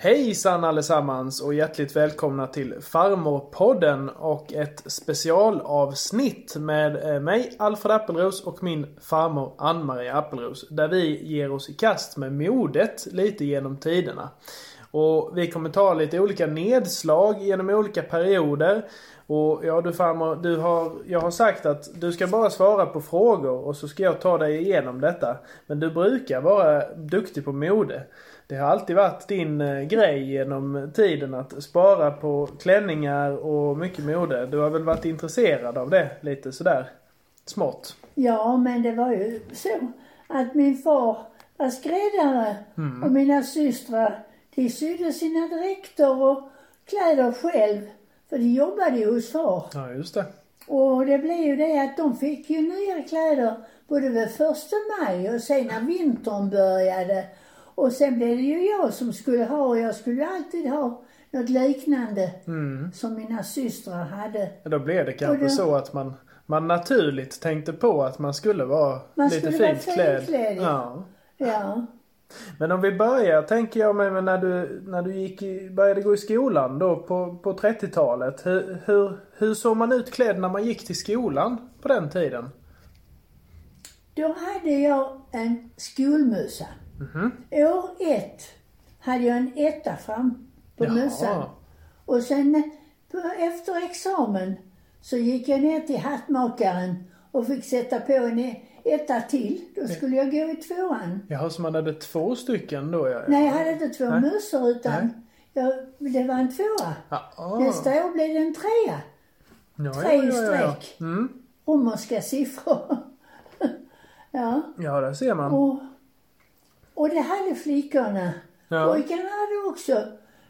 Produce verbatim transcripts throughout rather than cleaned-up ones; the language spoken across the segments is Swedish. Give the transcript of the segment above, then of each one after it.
Hejsan allesammans och hjärtligt välkomna till Farmorpodden och ett specialavsnitt med mig Alfred Appelros och min farmor Ann-Marie Appelros, där vi ger oss i kast med modet lite genom tiderna. Och vi kommer ta lite olika nedslag genom olika perioder. Och ja, du farmor, du har, jag har sagt att du ska bara svara på frågor och så ska jag ta dig igenom detta. Men du brukar vara duktig på mode. Det har alltid varit din eh, grej genom tiden att spara på klänningar och mycket mode. Du har väl varit intresserad av det lite sådär smått. Ja, men det var ju så att min far var skräddare mm. och mina systrar, de sydde sina dräkter och kläder själv. För de jobbade ju hos far. Ja, just det. Och det blev ju det att de fick ju nya kläder både vid första maj och sen när vintern började. Och sen blev det ju jag som skulle ha, och jag skulle alltid ha något liknande mm. som mina systrar hade. Då blev det kanske då, så att man, man naturligt tänkte på att man skulle vara man lite skulle fint vara klädd. Klädd. Ja. Ja. Men om vi börjar, tänker jag mig när du, när du gick i, började gå i skolan då på, på trettiotalet. Hur, hur, hur såg man ut klädd när man gick till skolan på den tiden? Då hade jag en skolmössa. Mm-hmm. År ett hade jag en etta fram på Jaha. mössan. Och sen på, efter examen så gick jag ner till hattmakaren och fick sätta på en etta till. Då skulle jag gå i tvåan. Jaha, så man hade två stycken då? Ja. Nej, jag hade inte två Nej. mössor utan jag, det var en tvåa. Ah. Nästa år blev det en trea. Ja, Tre ja, ja, streck. Ja, ja. Mm. Romerska siffror. ja. Ja, där ser man. Och, och det hade flickorna. Ja. Pojkarna hade också.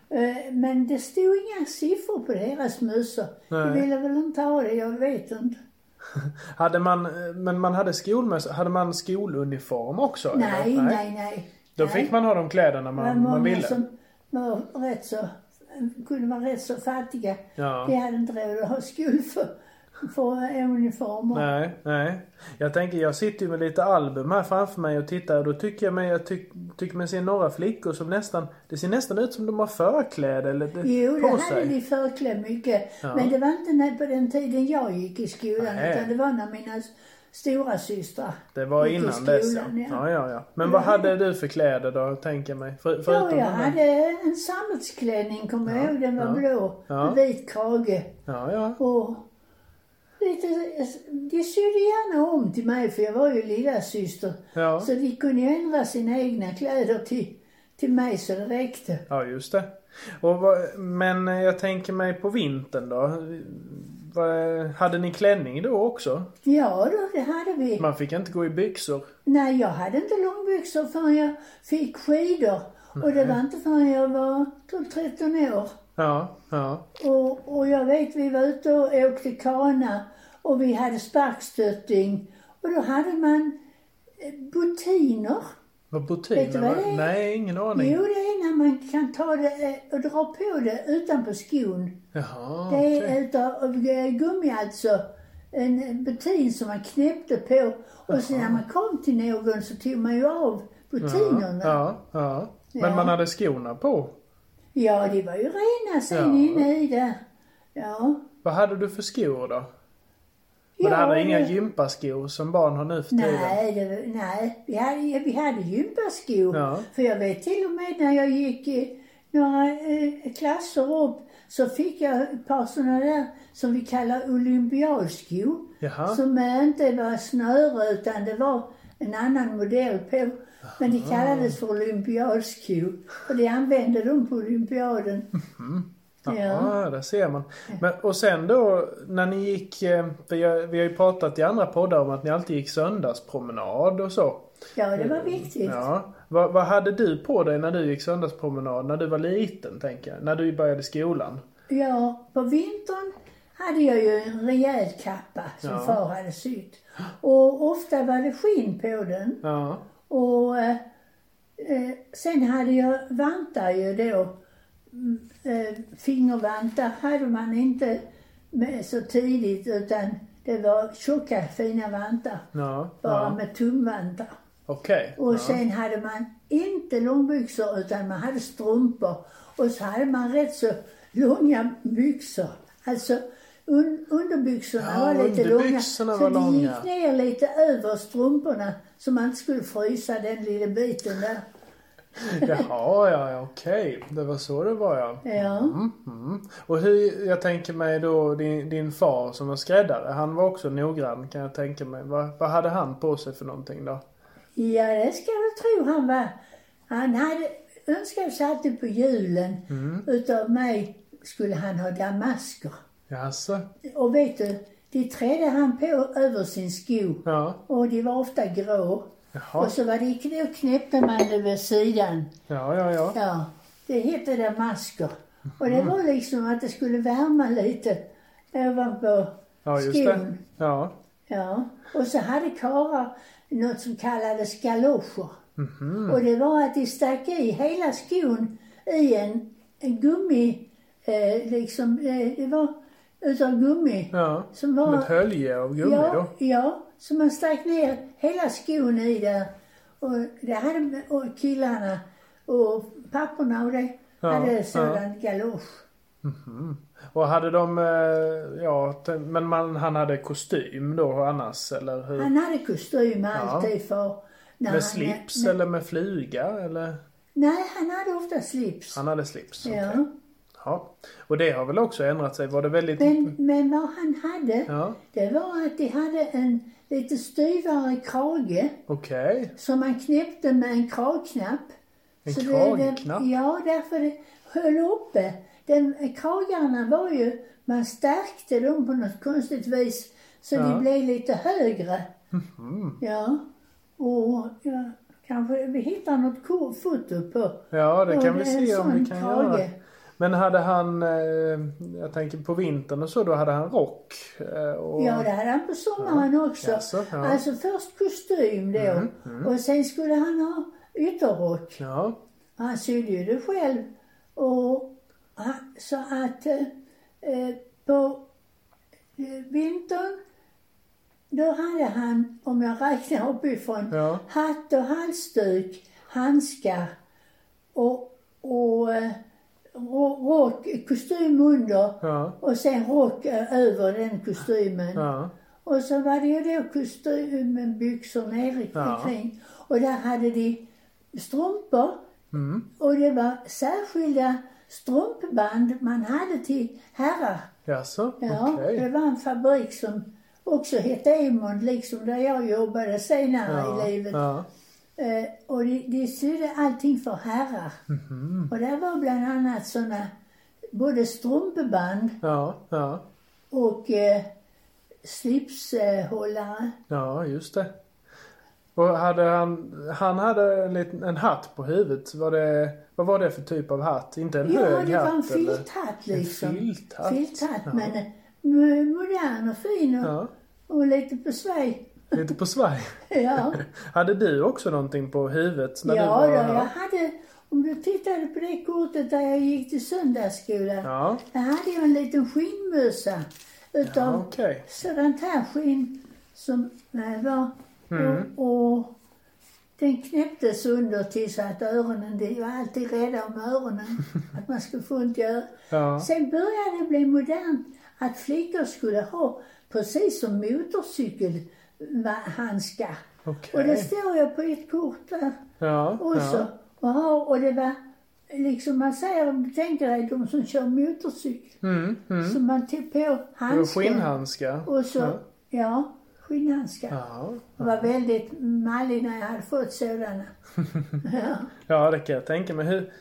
Men det stod inga siffror på deras mössor. Jag ville väl inte ha det, jag vet inte. hade man, men man hade skolmössa, hade man skoluniform också? Nej, eller? nej, nej. Då nej. fick man ha de kläderna man, man ville? Som var rätt så, kunde vara rätt så fattiga. Ja. De hade inte råd att ha skol för, för uniformer. Nej, nej. Jag tänker, jag sitter ju med lite album här framför mig och tittar, och då tycker jag mig, jag tyck, tycker mig se några flickor som nästan, det ser nästan ut som de har förkläde eller det, jo, på det sig. hade de förklädd mycket. Ja. Men det var inte när, på den tiden jag gick i skolan, nej. utan det var när mina stora systrar Det var gick innan i skolan, dess, ja. ja. ja, ja, ja. Men vad hade du för kläder då, tänker jag mig? För, ja, jag hade en sammetsklänning, kommer jag ihåg, den var ja. blå, ja. med vit krage. Ja, ja. Och lite, de sydde gärna om till mig, för jag var ju lilla syster. Ja. Så de kunde ju ändra sina egna kläder till, till mig så det räckte. Ja, just det. Och vad, men jag tänker mig på vintern då. Vad, hade ni klänning då också? Ja då, det hade vi. Man fick inte gå i byxor? Nej, jag hade inte långbyxor förrän jag fick skidor. Nej. Och det var inte förrän jag var tretton år. Ja, ja. Och, och jag vet, vi var ute och åkte kana och vi hade sparkstötting. Och då hade man bottiner. Vad bottiner? Vet du vad det är? Nej, ingen aning. Jo, det är när man kan ta det och dra på det utanpå skon. Jaha, det är okay. utav gummi alltså. En bottin som man knäppte på. Och sen när man kom till någon så tog man ju av bottinerna. Ja, ja, ja. Men ja. man hade skorna på? Ja, det var ju rena sen ja. inne i det. Ja. Vad hade du för skor då? Men ja, det hade inga det... gympaskor som barn har nu för tiden? Nej, det, nej. Vi hade, vi hade gympaskor. Ja. För jag vet till och med när jag gick i några eh, klasser upp så fick jag ett par sådana där som vi kallar olympialskor. Jaha. Som inte var snöre utan det var en annan modell på. Men de kallades för olympialskor. Och det använde de på olympiaden. Mm. Ja, ja, där ser man. Men, och sen då, när ni gick, vi har, vi har ju pratat i andra poddar om att ni alltid gick söndagspromenad och så. Ja, det var viktigt. Ja. Vad, vad hade du på dig när du gick söndagspromenad, när du var liten, tänker jag? När du började skolan? Ja, på vintern hade jag ju en rejäl kappa som ja. far hade sytt. Och ofta var det skinn på den. Ja. Och eh, sen hade jag vantar ju då. Äh, fingervantar hade man inte med så tidigt utan det var tjocka fina vantar. Ja, bara ja. med tumvantar. Okej. Okay, och ja. sen hade man inte långbyxor utan man hade strumpor. Och så hade man rätt så långa byxor. Alltså un, underbyxorna Ja, var lite långa. Så var det långa. gick ner lite över strumporna. Så man inte skulle frysa den lilla biten där. Jaha, ja, ja, okej. Det var så det var, ja. Ja. Mm, mm. Och hur, jag tänker mig då, din, din far som var skräddare, han var också noggrann kan jag tänka mig. Vad, vad hade han på sig för någonting då? Ja, det ska du tro han var. Han hade önskat sig alltid på julen. Mm. Utav mig skulle han ha damasker. Jaså? Och vet du, de trädde han på över sin sko. Ja. Och de var ofta grå. Jaha. Och så var det, då knäppte man det vid sidan. Ja, ja, ja. Ja, det hette damasker. Och det var liksom att det skulle värma lite ovanpå Ja, just skon. det. Ja. Ja, och så hade karlar något som kallades galoscher. Mhm. Och det var att de stack i hela skon i en, en gummi, eh, liksom, eh, det var utav gummi. Ja, Som var, som ett hölje av gummi ja, då. Ja, så man stack ner hela skon i där. Och det hade och killarna och papporna och det Ja, hade sådan galosch. Mhm. Och hade de, eh, ja, t- men man, han hade kostym då annars, eller hur? Han hade kostym alltid för... när Med han- slips med- eller med flyga eller? Nej, han hade ofta slips. Han hade slips, okej. Ja. Ja. Och det har väl också ändrat sig, var det väldigt... Men, men vad han hade, Ja, det var att de hade en lite styvare krage okej. som man knäppte med en kragknapp. En Så det- kragknapp? Det, ja, därför det höll uppe. Den, kragarna var ju, man stärkte dem på något konstigt vis så Ja. de blev lite högre. Mhm. Ja, och ja, kanske vi hittar något ko- foto på. Ja, det på kan vi en se om vi sån kan krage. göra. Men hade han, eh, jag tänker på vintern och så, då hade han rock? Eh, och... Ja, det hade han på sommaren också. Jaså, ja. Alltså först kostym då. Mm, mm. Och sen skulle han ha ytterrock. Ja, Han sydde ju det själv. Och han, så att eh, eh, på eh, vintern då hade han, om jag räknar uppifrån, ja, hatt och halsduk, handskar och, och eh, ro- rock, kostym under ja, och sen rock eh, över den kostymen. ja. Och så var det ju då kostymen, byxor nere Ja. kring. Och där hade de strumpor. Mm. Och det var särskilda strumpband man hade till herrar. Jaså, Ja, okej. det var en fabrik som också hette Emond, liksom där jag jobbade senare Ja, i livet. ja. Eh, och de, de sydde allting för herrar. Mhm. Och där var bland annat såna både strumpeband Ja, ja, och eh, slipshållare. ja, just det. Och hade han, han hade en, liten, en hatt på huvudet. Var det, vad var det för typ av hatt? Inte en Ja, hög det hatt? var en eller? filthatt liksom. En filthatt? Filthatt, Ja. men eh, mo- modern och fin och, Ja, och lite på svaj. lite på svaj. Ja. Hade du också någonting på huvudet när Ja, du var... då, jag hade, om du tittade på det kortet där jag gick till söndagsskolan. Ja, Där hade jag en liten skinnmössa utav ja, okej. sådant här skinn som eh, var. Mm. Och, och den knäpptes under till så att öronen, det var alltid rädda om öronen. Att man skulle få ont i öronen. Ja, Sen började det bli modernt att flickor skulle ha, precis som motorcykelhandskar. okej. Och det står jag på ett kort där. Ja, Och så, ja. och, och det var liksom man säger, om du tänker dig de som kör motorcykel. Mm, mm. Så man tog på Det var handsken. skinnhandskar. Och så, Ja. ja, skinnhandskar. Ja. Jag var väldigt mallig när jag hade fått sådana. Ja. Ja, det kan jag tänka mig. Hur...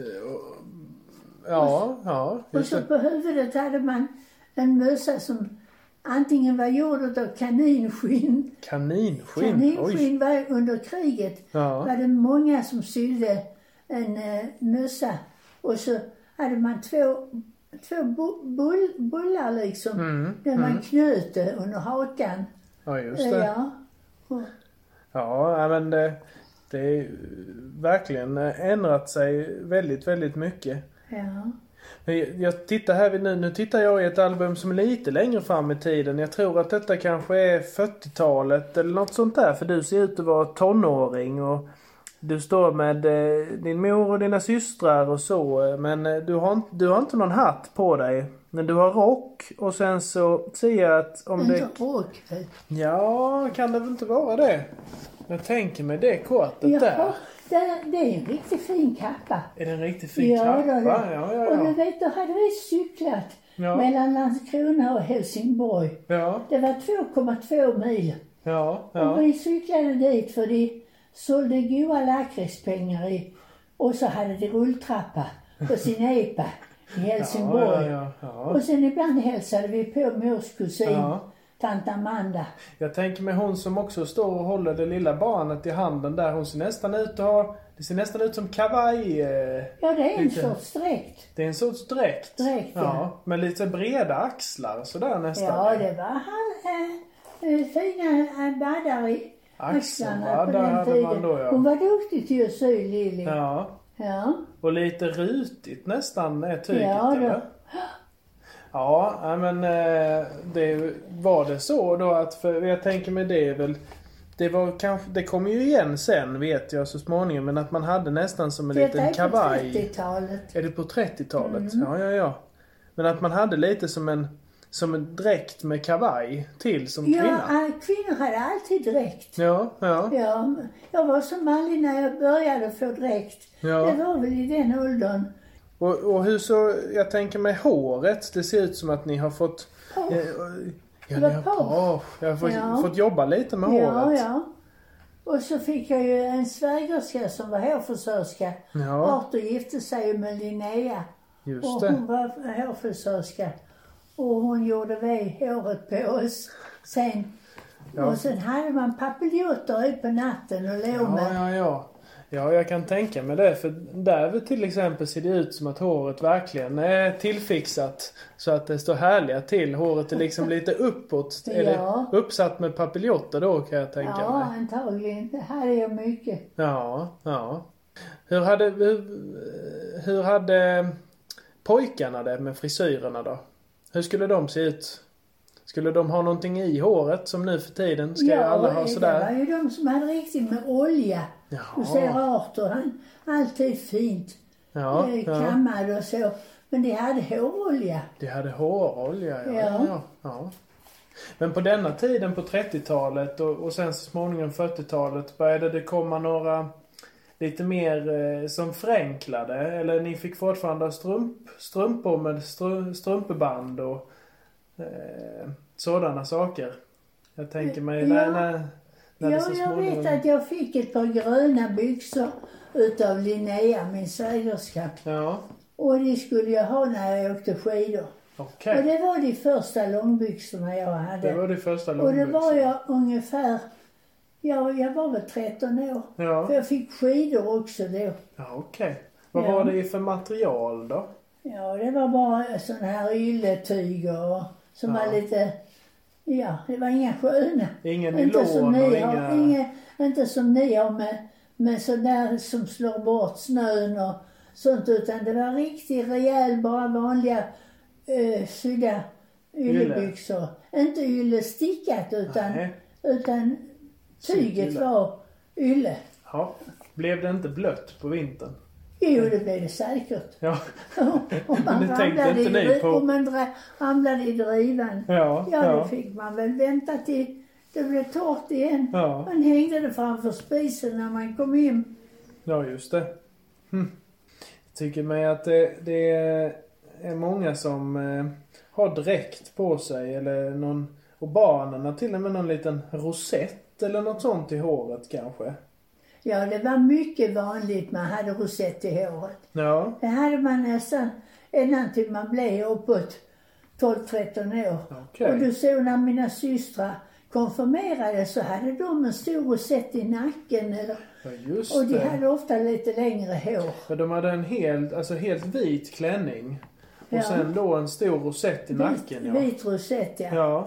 Ja, ja, Och just så det. på huvudet hade man en mössa som antingen var gjord av kaninskinn. Kaninskinn. Oj. Kaninskinn var under kriget. Ja. Var det många som sydde en eh, mössa. Och så hade man två, två bu- bull, bullar liksom. Mm, Där man mm. knöt det under hakan. Ja, just Eh, det. Ja. Och, Ja, ja, men det, det är ju verkligen ändrat sig väldigt, väldigt mycket. ja. Men jag- Jag tittar här vid nu, nu tittar jag i ett album som är lite längre fram i tiden. Jag tror att detta kanske är fyrtiotalet eller något sånt där. För du ser ut att vara tonåring och Du står med eh, din mor och dina systrar och så. Men eh, du, har, du har inte någon hatt på dig. Men du har rock. Och sen så ser jag att om inte det... Inte rock? Ja, kan det väl inte vara det? Jag tänker med det kortet Jaha, där. Det, det är en riktigt fin kappa. Är det en riktigt fin ja, kappa? Då, då. Ja, ja, ja. Och du vet, då hade vi cyklat ja. mellan Landskrona och Helsingborg. Ja. Det var två komma två mil. Ja, ja. Och vi cyklade dit för de sålde goda lakritspengar i. Och så hade de rulltrappa på sin epa i Helsingborg. Ja, ja, ja, ja. Och sen ibland hälsade vi på mors kusin, ja. tant Amanda. Jag tänker med hon som också står och håller det lilla barnet i handen där. Hon ser nästan ut att ha, det ser nästan ut som kavaj. Eh, ja, det är en lite. sorts dräkt. Det är en sorts dräkt. Dräkt, ja. ja. Med lite breda axlar sådär nästan. Ja, det var han, äh, äh, fina baddar i axlarna på den tiden. Man då, ja. Hon var duktig till att sy, Lili. Ja. Ja. Och lite rutigt nästan är tyget, ja, eller? Ja, men det var det så då att, för jag tänker med det väl, det var kanske, det kommer ju igen sen vet jag så småningom, men att man hade nästan som en det liten kavaj. Det är på trettiotalet. Är det på trettiotalet? Mm. Ja, ja, ja. Men att man hade lite som en, som en dräkt med kavaj till som ja, kvinna. Ja, kvinnor hade alltid dräkt. Ja, ja. Ja, jag var så mallig när jag började få dräkt. Ja. Det var väl i den åldern. Och, och hur så, jag tänker med håret, det ser ut som att ni har fått... Oh. Eh, ja, ni har, oh, jag har fått, ja. fått jobba lite med ja, håret. Ja, och så fick jag ju en svägerska som var hårfrisörska. Ja. Arthur gifte sig med Linnea. Just och det. hon var hårfrisörska. Och hon gjorde vi håret på oss sen. Ja. Och sen hade man papiljotter ut på natten och låg ja, med. Ja, ja. Ja, jag kan tänka mig det. För där till exempel ser det ut som att håret verkligen är tillfixat. Så att det står härliga till. Håret är liksom lite uppåt. Ja. Är det uppsatt med papiljotter då kan jag tänka ja, mig? Ja, antagligen. Det hade jag mycket. Ja, ja. Hur hade, hur, hur hade pojkarna det med frisyrerna då? Hur skulle de se ut? Skulle de ha någonting i håret som nu för tiden ska ja, alla ha sådär? Ja, det var ju de som hade riktigt med olja. Ja. Du ser Arthur, han alltid fint. Ja, eh, ja. Kammad och så. Men de hade hårolja. De hade hårolja, ja. Ja. ja, ja. Men på denna tiden på trettiotalet och, och sen så småningom fyrtiotalet började det komma några lite mer eh, som förenklade. Eller ni fick fortfarande ha strump, strumpor med stru, strumpeband och eh, sådana saker. Jag tänker mig ja. när, när, när ja, det så småningom... jag vet att jag fick ett par gröna byxor utav Linnea, min svägerska. Ja. Och det skulle jag ha när jag åkte skidor. Okay. Och det var de första långbyxorna jag hade. Det var de första långbyxorna. Och det var jag ungefär, ja, jag var väl tretton år. Ja. För jag fick skidor också då. Ja, okej. Okay. Vad ja. var det för material då? Ja, det var bara sån här ylletyger som ja. var lite, ja, det var inga sköna. Ingen inte nylon som ni och har, inga... inga, inte som ni har med, med sådär som slår bort snön och sånt, utan det var riktigt rejäl, bara vanliga eh, sydda yllebyxor. Inte yllestickat utan, utan tyget var ylle. Ja, blev det inte blött på vintern? Jo, det blev det säkert. Ja. Om man, ramlade, inte i, på... om man dra, ramlade i drivan. Ja, ja, ja, då fick man väl vänta till det blev torrt igen. Ja. Man hängde det framför spisen när man kom in. Ja, just det. Hm. Jag tycker mig att det, det är många som eh, har dräkt på sig. Eller någon, och barnen har till och med någon liten rosett eller något sånt i håret kanske. Ja, det var mycket vanligt man hade rosett i håret. Ja. Det hade man nästan innan till man blev uppåt tolv tretton år. Okay. Och du såg när mina systrar konfirmerade så hade de en stor rosett i nacken. Eller, ja, just och de det. hade ofta lite längre hår. Ja, de hade en helt, alltså helt vit klänning. Och ja. sen då en stor rosett i vit, nacken. Ja. Vit rosett, ja. Ja.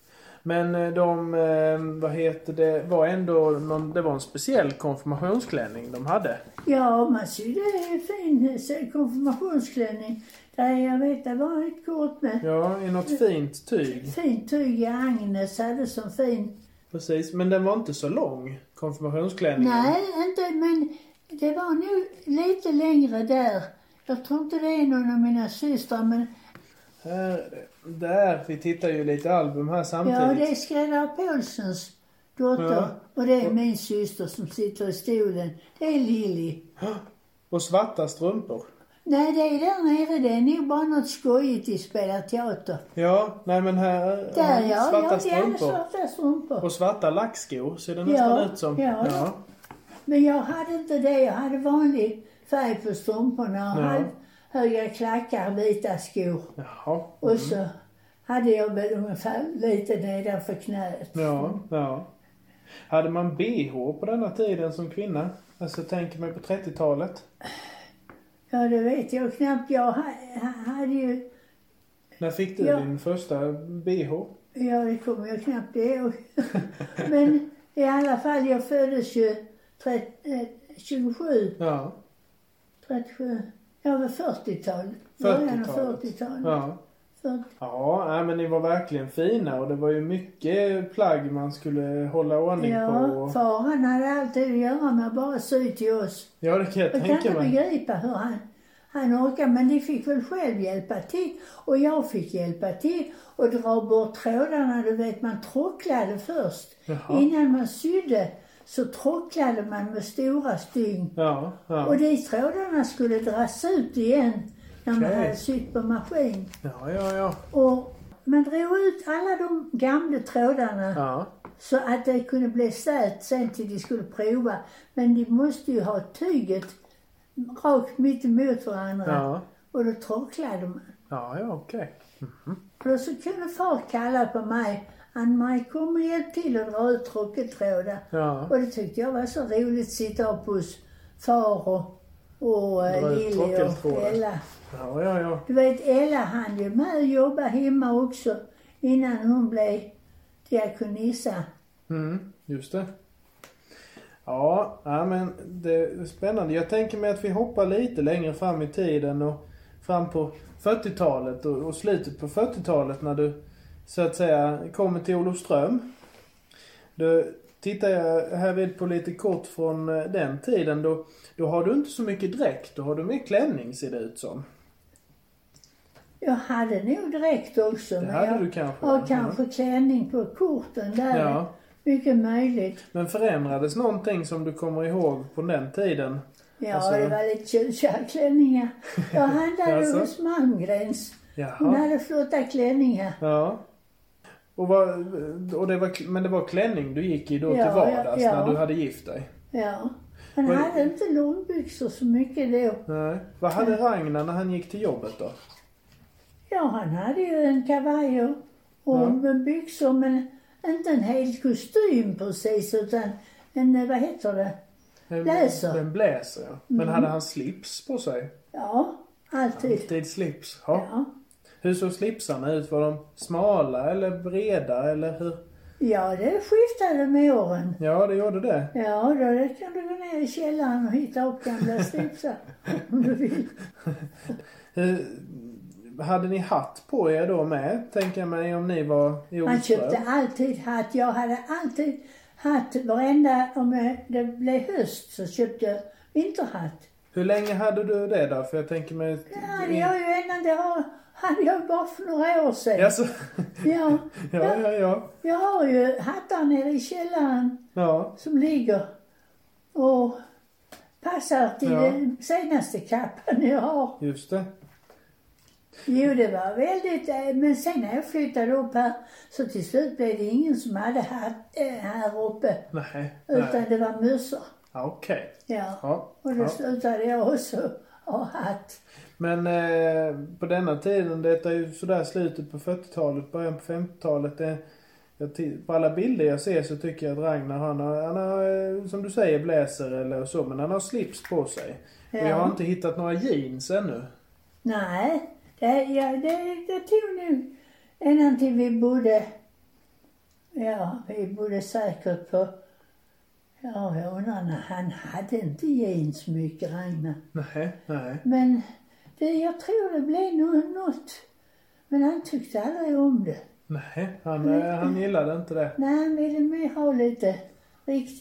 Men de, vad heter det, var ändå någon, det var en speciell konfirmationsklänning de hade. Ja, man sydde en fin konfirmationsklänning. Där jag vet det var ett kort med. Ja, i något fint tyg. Fint tyg i Agnes hade som fin. Precis, men den var inte så lång, konfirmationsklänningen. Nej, inte, men Det var nog lite längre där. Jag tror inte det är någon av mina systrar, men... Här är det. Där, vi tittar ju lite album här samtidigt. Ja, det är Skräddare Paulsens dotter. Ja. Och det är min syster som sitter i stolen. Det är Lili. Och svarta strumpor. Nej, det är där nere. Det är nog bara något skojigt i spelar teater. Ja, nej men här... Där, ja. Svarta ja, strumpor. svarta strumpor. Och svarta lackskor ser det nästan ja, ut som. Ja, ja. Men jag hade inte det. Jag hade vanlig färg på strumporna och ja. halv höga klackar, vita skor. Jaha. Mm. Och så hade jag väl ungefär lite nedanför knät. Ja, ja. Hade man B H på denna tiden som kvinna? Alltså tänker man på trettiotalet? Ja, det vet jag knappt. Jag hade ju... När fick du ja. din första B H? Ja, det kommer jag knappt ihåg. Men i alla fall, jag föddes ju trettio, tjugosju. Ja. trettiosju. Jag var fyrtiotal. Början av fyrtiotalet. Ja. fyrtio. Ja, men ni var verkligen fina och det var ju mycket plagg man skulle hålla ordning ja, på. Ja, far han hade alltid att göra med att bara sy till oss. Ja, det kan jag, jag tänka mig. Jag kan inte begripa hur han, han orkar, men de fick väl själv hjälpa till. Och jag fick hjälpa till och dra bort trådarna. Du vet, man tråcklade först. Jaha. Innan man sydde så tråcklade man med stora stygn. Ja, ja. Och de trådarna skulle dras ut igen när man okay. hade sytt på maskin. Ja, ja, ja. Och man drog ut alla de gamla trådarna ja. så att det kunde bli sät sen till de skulle prova. Men de måste ju ha tyget rakt mitt emot varandra. Ja. Och då tråcklade man. Ja, ja, okej. Okay. Mm-hmm. Och då så kunde far kalla på mig. Ann-Marie, kom och hjälp till att dra ut tråckeltrådar. Ja. Och det tyckte jag var så roligt att sitta upp hos far och, och Lili och Ella. Ja, ja, ja. Du vet, Ella hann ju med att jobba hemma också innan hon blev diakonissa. Mm, just det. Ja, ja, men det är spännande. Jag tänker mig att vi hoppar lite längre fram i tiden och fram på fyrtiotalet och, och slutet på fyrtiotalet när du så att säga kommer till Olofström. Då tittar jag här vid på lite kort från den tiden. Då, då har du inte så mycket dräkt. Då har du mer klänning, ser det ut som. Jag hade nog dräkt också. Det men hade jag du kanske. har kanske ja. klänning på korten där. Ja. Mycket möjligt. Men förändrades någonting som du kommer ihåg på den tiden? Ja, alltså... det var lite tjusiga klänningar. Jag handlade alltså... hos Malmgrens. Jaha. Hon hade flotta klänningar. Ja. Och, var, och det var, men det var klänning du gick i då ja, till vardags ja, ja. när du hade gift dig? Ja. Han var... hade inte långbyxor så mycket då. Nej. Vad hade ja. Ragnar när han gick till jobbet då? Ja, han hade ju en kavaj och, och ja. byxor, men inte en hel kostym precis, utan en, vad heter det? En bläser. En bläser, ja. Men mm. hade han slips på sig? Ja, alltid. Alltid slips, ja. ja. Hur såg slipsarna ut? Var de smala eller breda eller hur? Ja, det skiftade med åren. Ja, det gjorde det. Ja, då kan du gå ner i källaren och hitta upp gamla slipsar om du vill. Hade ni hatt på er då med? Tänker jag mig om ni var i Olofström. Han köpte alltid hatt. Jag hade alltid hatt. Varenda, om det blev höst så köpte jag vinterhatt. Hur länge hade du det då? För jag tänker mig... Ja, det har ju ända, det har, hade jag bara för några år sedan. Alltså. Ja. ja, ja, ja, ja. Jag har ju hattar nere i källaren. Ja. Som ligger och passar till ja. den senaste kappan jag har. Just det. Jo, det var väldigt, men sen när jag flyttade upp här så till slut blev det ingen som hade hatt här uppe. Nej. Utan nej. det var mössor. Ja, okej. Okay. Ja. ja, och då ja. slutade jag också ha hatt. Men eh, på denna tiden, det är ju sådär slutet på fyrtiotalet, början på femtiotalet. Det, jag, på alla bilder jag ser så tycker jag att Ragnar, han har, han har som du säger, bläser eller så, men han har slips på sig. Ja. Och jag har inte hittat några jeans ännu. Nej. Det, ja, det, det tog nu ända till vi bodde, ja, vi bodde säkert på, ja, jag undrar när han hade inte jeans mycket, Ragnar. Nej, nej. Men det, jag tror det blev nog något, men han tyckte aldrig om det. Nej, han, men, han gillade inte det. Nej, han ville mer ha lite riktiga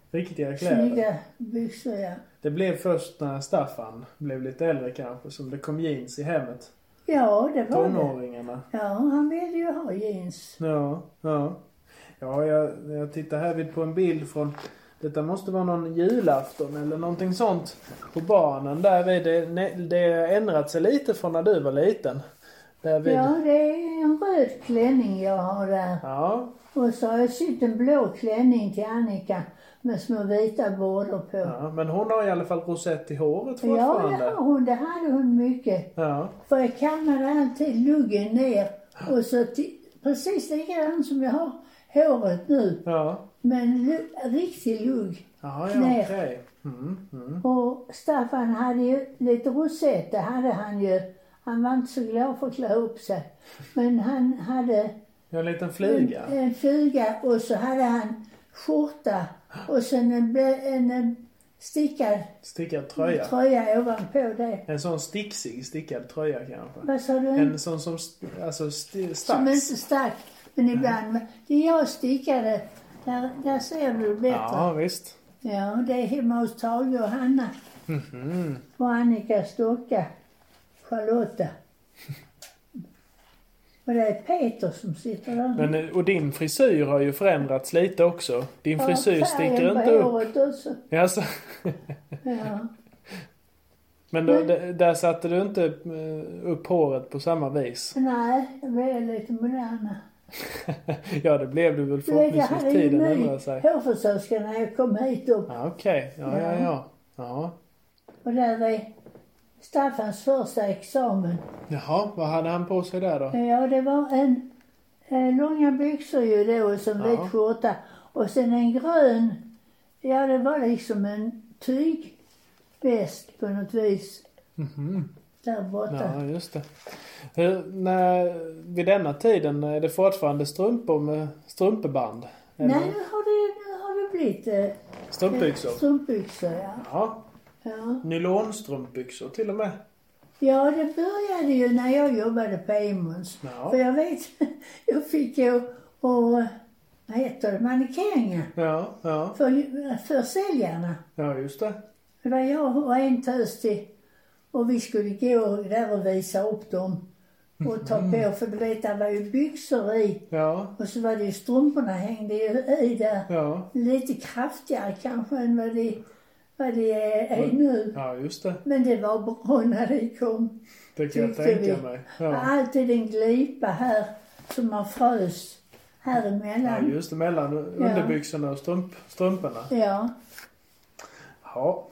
Riktiga kläder. Snygga byxor, ja. Det blev först när Staffan blev lite äldre kanske som det kom jeans i hemmet. Ja, det var Tonåringarna. det. Ja, han ville ju ha jeans. Ja, ja. Ja, jag, jag tittar här vid på en bild från... Detta måste vara någon julafton eller någonting sånt på barnen. Där vid det, det har ändrat sig lite från när du var liten. Där vid... Ja, det är en röd klänning jag har där. Ja. Och så har jag sytt en blå klänning till Annika med små vita border på. Ja, men hon har i alla fall rosett i håret Ja, fortfarande. det har hon. Det hade hon mycket. Ja. För jag kammade alltid luggen ner. Och så till, precis likadant som jag har håret nu. Ja. Men lu- riktig lugg. Ja, ja, ner. okej. Okay. Mm, mm. Och Staffan hade ju lite rosett. Det hade han ju. Han var inte så glad för att klä upp sig. Men han hade... Ja, en liten fluga. En, en fluga och så hade han skjorta och sen en, en, en stickad, stickad tröja. tröja ovanpå det. En sån sticksig stickad tröja kanske. Vad sa du? En sån som alltså st- stacks. Som inte stack. Men ibland, mm. det jag stickade, där, där ser du bättre. Ja, visst. Ja, det är hemma hos Tage och Hanna. Mm-hmm. Och Annika Stocka, Charlotta. Och det är Peter som sitter där. Men, och din frisyr har ju förändrats lite också. Din ja, frisyr sticker inte upp. Också. Ja, så. Ja. Men, då, Men d- där satte du inte upp håret på samma vis? Nej, jag blev lite moderna. Ja, det blev du väl förhoppningsvis tiden ändrade sig. Jag hade ju ny hårfrisörska när jag kom hit upp. Ja, okej. Okay. Ja, ja, ja, ja. Ja. Och där är Staffans första examen. Jaha, vad hade han på sig där då? Ja, det var en, en långa byxor ju då som ja. vit skjorta. Och sen en grön, ja det var liksom en tygväst på något vis. Mm-hmm. Där borta. Ja, just det. Hur, när, vid denna tiden är det fortfarande strumpor med strumpeband? Eller? Nej, nu har det, nu har det blivit eh, strumpbyxor. Strumpbyxor, ja. Ja. Ja. Nylonstrumpbyxor till och med. Ja, det började ju när jag jobbade på Emons. Ja. För jag vet, jag fick ju, och vad heter det, mannekänger. Ja, ja. För, för säljarna. Ja, just det. Det var jag och en tös till. Och vi skulle gå där och visa upp dem. Och ta på, för du vet, det var ju byxor i. Ja. Och så var det ju strumporna hängde ju i där. Ja. Lite kraftigare kanske än vad det, vad det är, är nu. Ja, just det. Men det var bra när det kom. Det kan jag tänka vi. mig. Ja. Ja. Alltid en glipa här som man frös här emellan. Ja, just det. Mellan underbyxorna och strump, strumporna. Ja. Ja.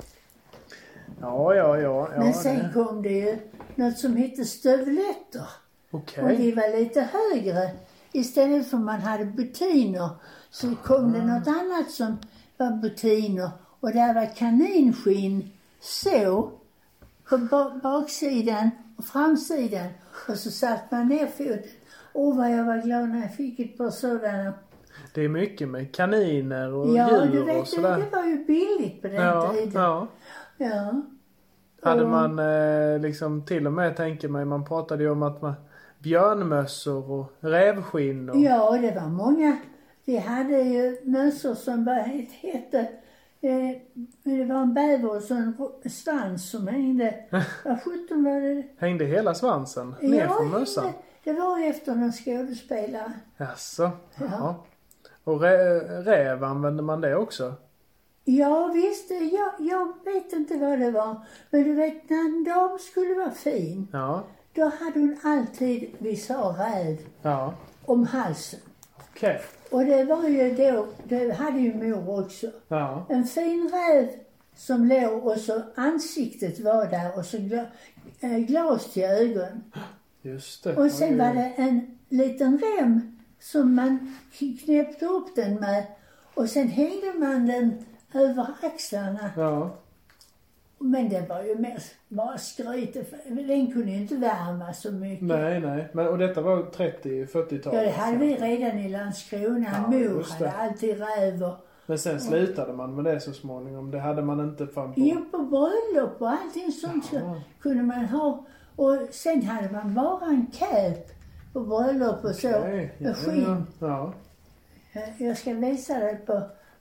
Ja, ja, ja. ja Men sen det. kom det ju något som hette stövletter. Okej. Och de var lite högre. Istället för man hade butiner så kom det något annat som var butiner. Och där var kaninskinn så på baksidan och framsidan. Och så satt man ner foten. Åh, vad jag var glad när jag fick ett par sådana. Det är mycket med kaniner och ja, djur du vet, och sådär. Det var ju billigt på den ja, tiden. Ja, ja. Hade och, man eh, liksom till och med, tänker mig, man pratade ju om att man björnmössor och rävskinn och... Ja, det var många. Vi hade ju mössor som var helt hette. Eh, det var en bäver och så en svans som hängde. Vad sjutton var det? Hängde hela svansen ner ja, från mössan? Det, det var efter någon skådespelare. Jaså? Ja. Ja. Och rä, räv, använde man det också? Ja, visst. Jag, jag vet inte vad det var. Men du vet, när en dam skulle vara fin. Ja. Då hade hon alltid, vi sa räv, Ja. om halsen. Okej. Okay. Och det var ju då, det hade ju mor också. Ja. En fin räv som låg och så ansiktet var där och så gla, äh, glas till ögon. Just det. Och sen var det en liten rem som man knäppte upp den med. Och sen hängde man den över axlarna. Ja. Men det var ju mer bara skryt. Den kunde ju inte värma så mycket. Nej, nej. Men, och detta var trettio-fyrtiotalet? Ja, det hade vi redan i Landskrona. Ja, mor hade alltid räv och... Men sen slutade man med det så småningom. Det hade man inte fram på... Jo, på bröllop och allting sånt så kunde man ha. Och sen hade man bara en cap på bröllop och så. Okay, ja, med skinn. Ja, ja. Jag ska visa dig på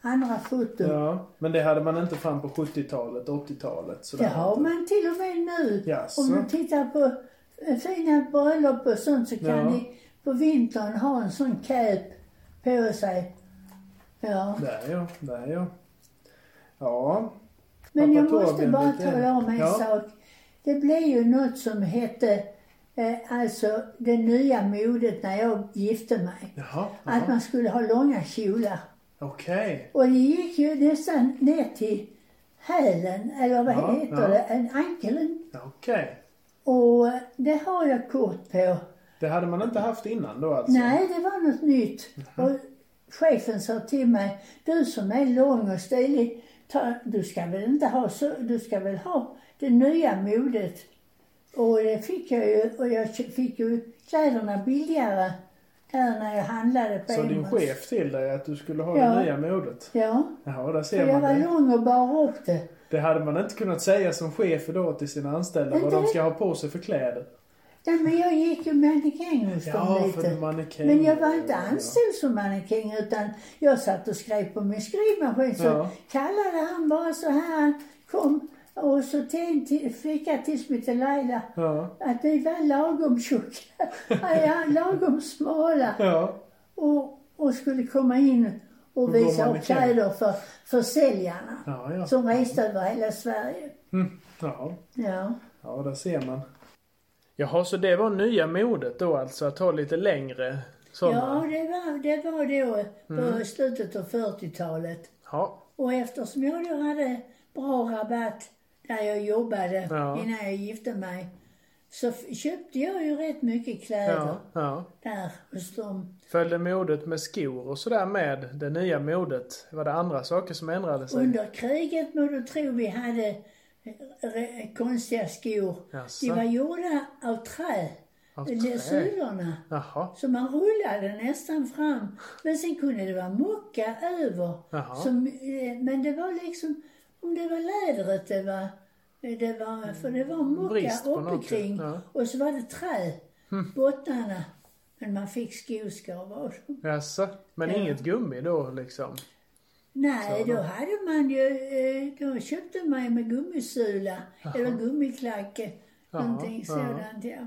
andra foton. Ja, men det hade man inte fram på sjuttiotalet, åttiotalet. Det har man till och med nu. Jaså. Om du tittar på fina bröllop och sånt så kan Ja. ni på vintern ha en sån cap på sig. Ja. Där ja, där ja. Ja. Men jag Pappa måste Torben bara lite- tala om en ja. sak. Det blev ju något som hette, eh, alltså det nya modet när jag gifte mig. Jaha. Att jaha. man skulle ha långa kjolar. Okej. Och det gick ju nästan ner till hälen, eller vad Ja, heter ja. det, en ankeln. Okej. Och det har jag kort på. Det hade man inte haft innan då alltså? Nej, det var något nytt. Och chefen sa till mig, du som är lång och stilig, ta, du ska väl inte ha så, du ska väl ha det nya modet. Och det fick jag ju, och jag fick ju kläderna billigare där när jag handlade på Så din Emos. chef till dig att du skulle ha Ja. det nya modet? Ja, Ja, där för ser jag man var det. lång och bar upp det. Det hade man inte kunnat säga som chef då till sina anställda vad Inte? de ska ha på sig för kläder. Nej, men jag gick ju mannekäng hos Ja, dem för lite. mannekäng. Men jag var inte Ja. anställd som mannekäng utan jag satt och skrev på min skrivmaskin. Så Ja. kallade han bara så här, kom. Och så till en till, flicka tills mig till Laila Ja. att vi var lagom tjocka, ja, lagom smala Ja. och, och skulle komma in och Och visa gå upp mannekäng. kläder för, för säljarna Ja, ja. som reste över hela Sverige. Mm. Ja. Ja. Ja, där ser man. Jaha, så det var nya modet då alltså, att ha lite längre sådana? Ja, det var, det var då på slutet av fyrtiotalet. Ja. Och eftersom jag då hade bra rabatt där jag jobbade Ja. innan jag gifte mig så f- köpte jag ju rätt mycket kläder Ja. Ja. där hos dem. Följde modet med skor och sådär med det nya modet? Var det andra saker som ändrade sig? Under kriget må du tro vi hade eh, re- konstiga skor. Jaså? De var gjorda av trä. Av De trä? sulorna. Jaha. Så man rullade nästan fram. Men sen kunde det vara mocka över. Jaha. Som, eh, men det var liksom, om det var lädret det var, det var för det var mocka Brist på uppe något, kring. ja. Och så var det trä, bottnarna. Men man fick skoskav av dem. Jaså? Men Ja. inget gummi då liksom? Nej, Så då då- hade man ju, eh, då köpte man ju med gummisula. Eller gummiklack. Någonting ja. sådant, ja.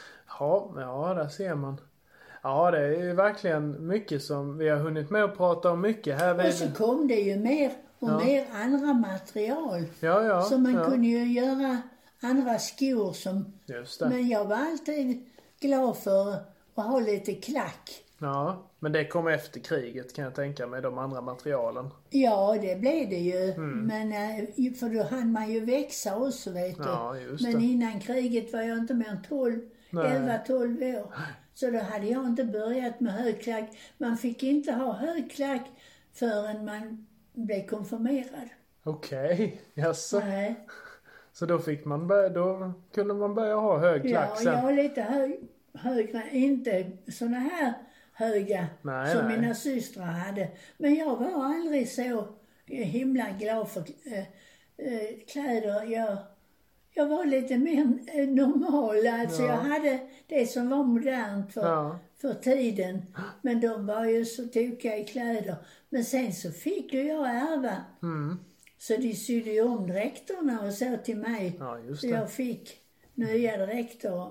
Ja, ja, där ser man. Ja, det är ju verkligen mycket som vi har hunnit med att prata om mycket här Och så vid... kom det ju mer och Ja. mer andra material. Ja, ja. Så man ja. kunde ju göra andra skor som... Just det. Men jag var alltid glad för att ha lite klack. Ja, men det kom efter kriget kan jag tänka mig, de andra materialen. Ja, det blev det ju. Mm. Men eh, för då hann man ju växa också, vet du. Ja, just Men det. innan kriget var jag inte mer än tolv, Nej. elva tolv år. Så då hade jag inte börjat med högklack. Man fick inte ha högklack förrän man blev konfirmerad. Okej, jaså. Nej. Så då fick man börja, då kunde man börja ha hög klack Ja, sen? jag var lite hög, högre, inte såna här höga Nej, som nej. mina systrar hade. Men jag var aldrig så himla glad för äh, äh, kläder. Jag, jag var lite mer äh, normal. Alltså Ja. jag hade det som var modernt för, Ja. för tiden. Men de var ju så tokiga i kläder. Men sen så fick ju jag ärva. Mm. Så de sydde ju om dräkterna och så till mig. Ja, just Så det. jag fick nya dräkter.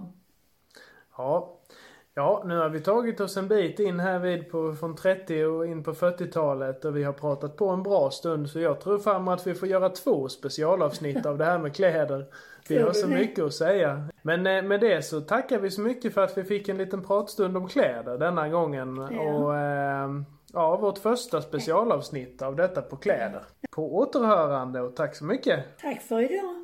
Ja. Ja, nu har vi tagit oss en bit in här vid på, från trettio och in på fyrtiotalet och vi har pratat på en bra stund, så jag tror fram att vi får göra två specialavsnitt av det här med kläder. Vi Tror har du så det? mycket att säga. Men eh, med det så tackar vi så mycket för att vi fick en liten pratstund om kläder denna gången. Ja. Och eh, ja, vårt första specialavsnitt av detta på kläder. På återhörande och tack så mycket! Tack för idag.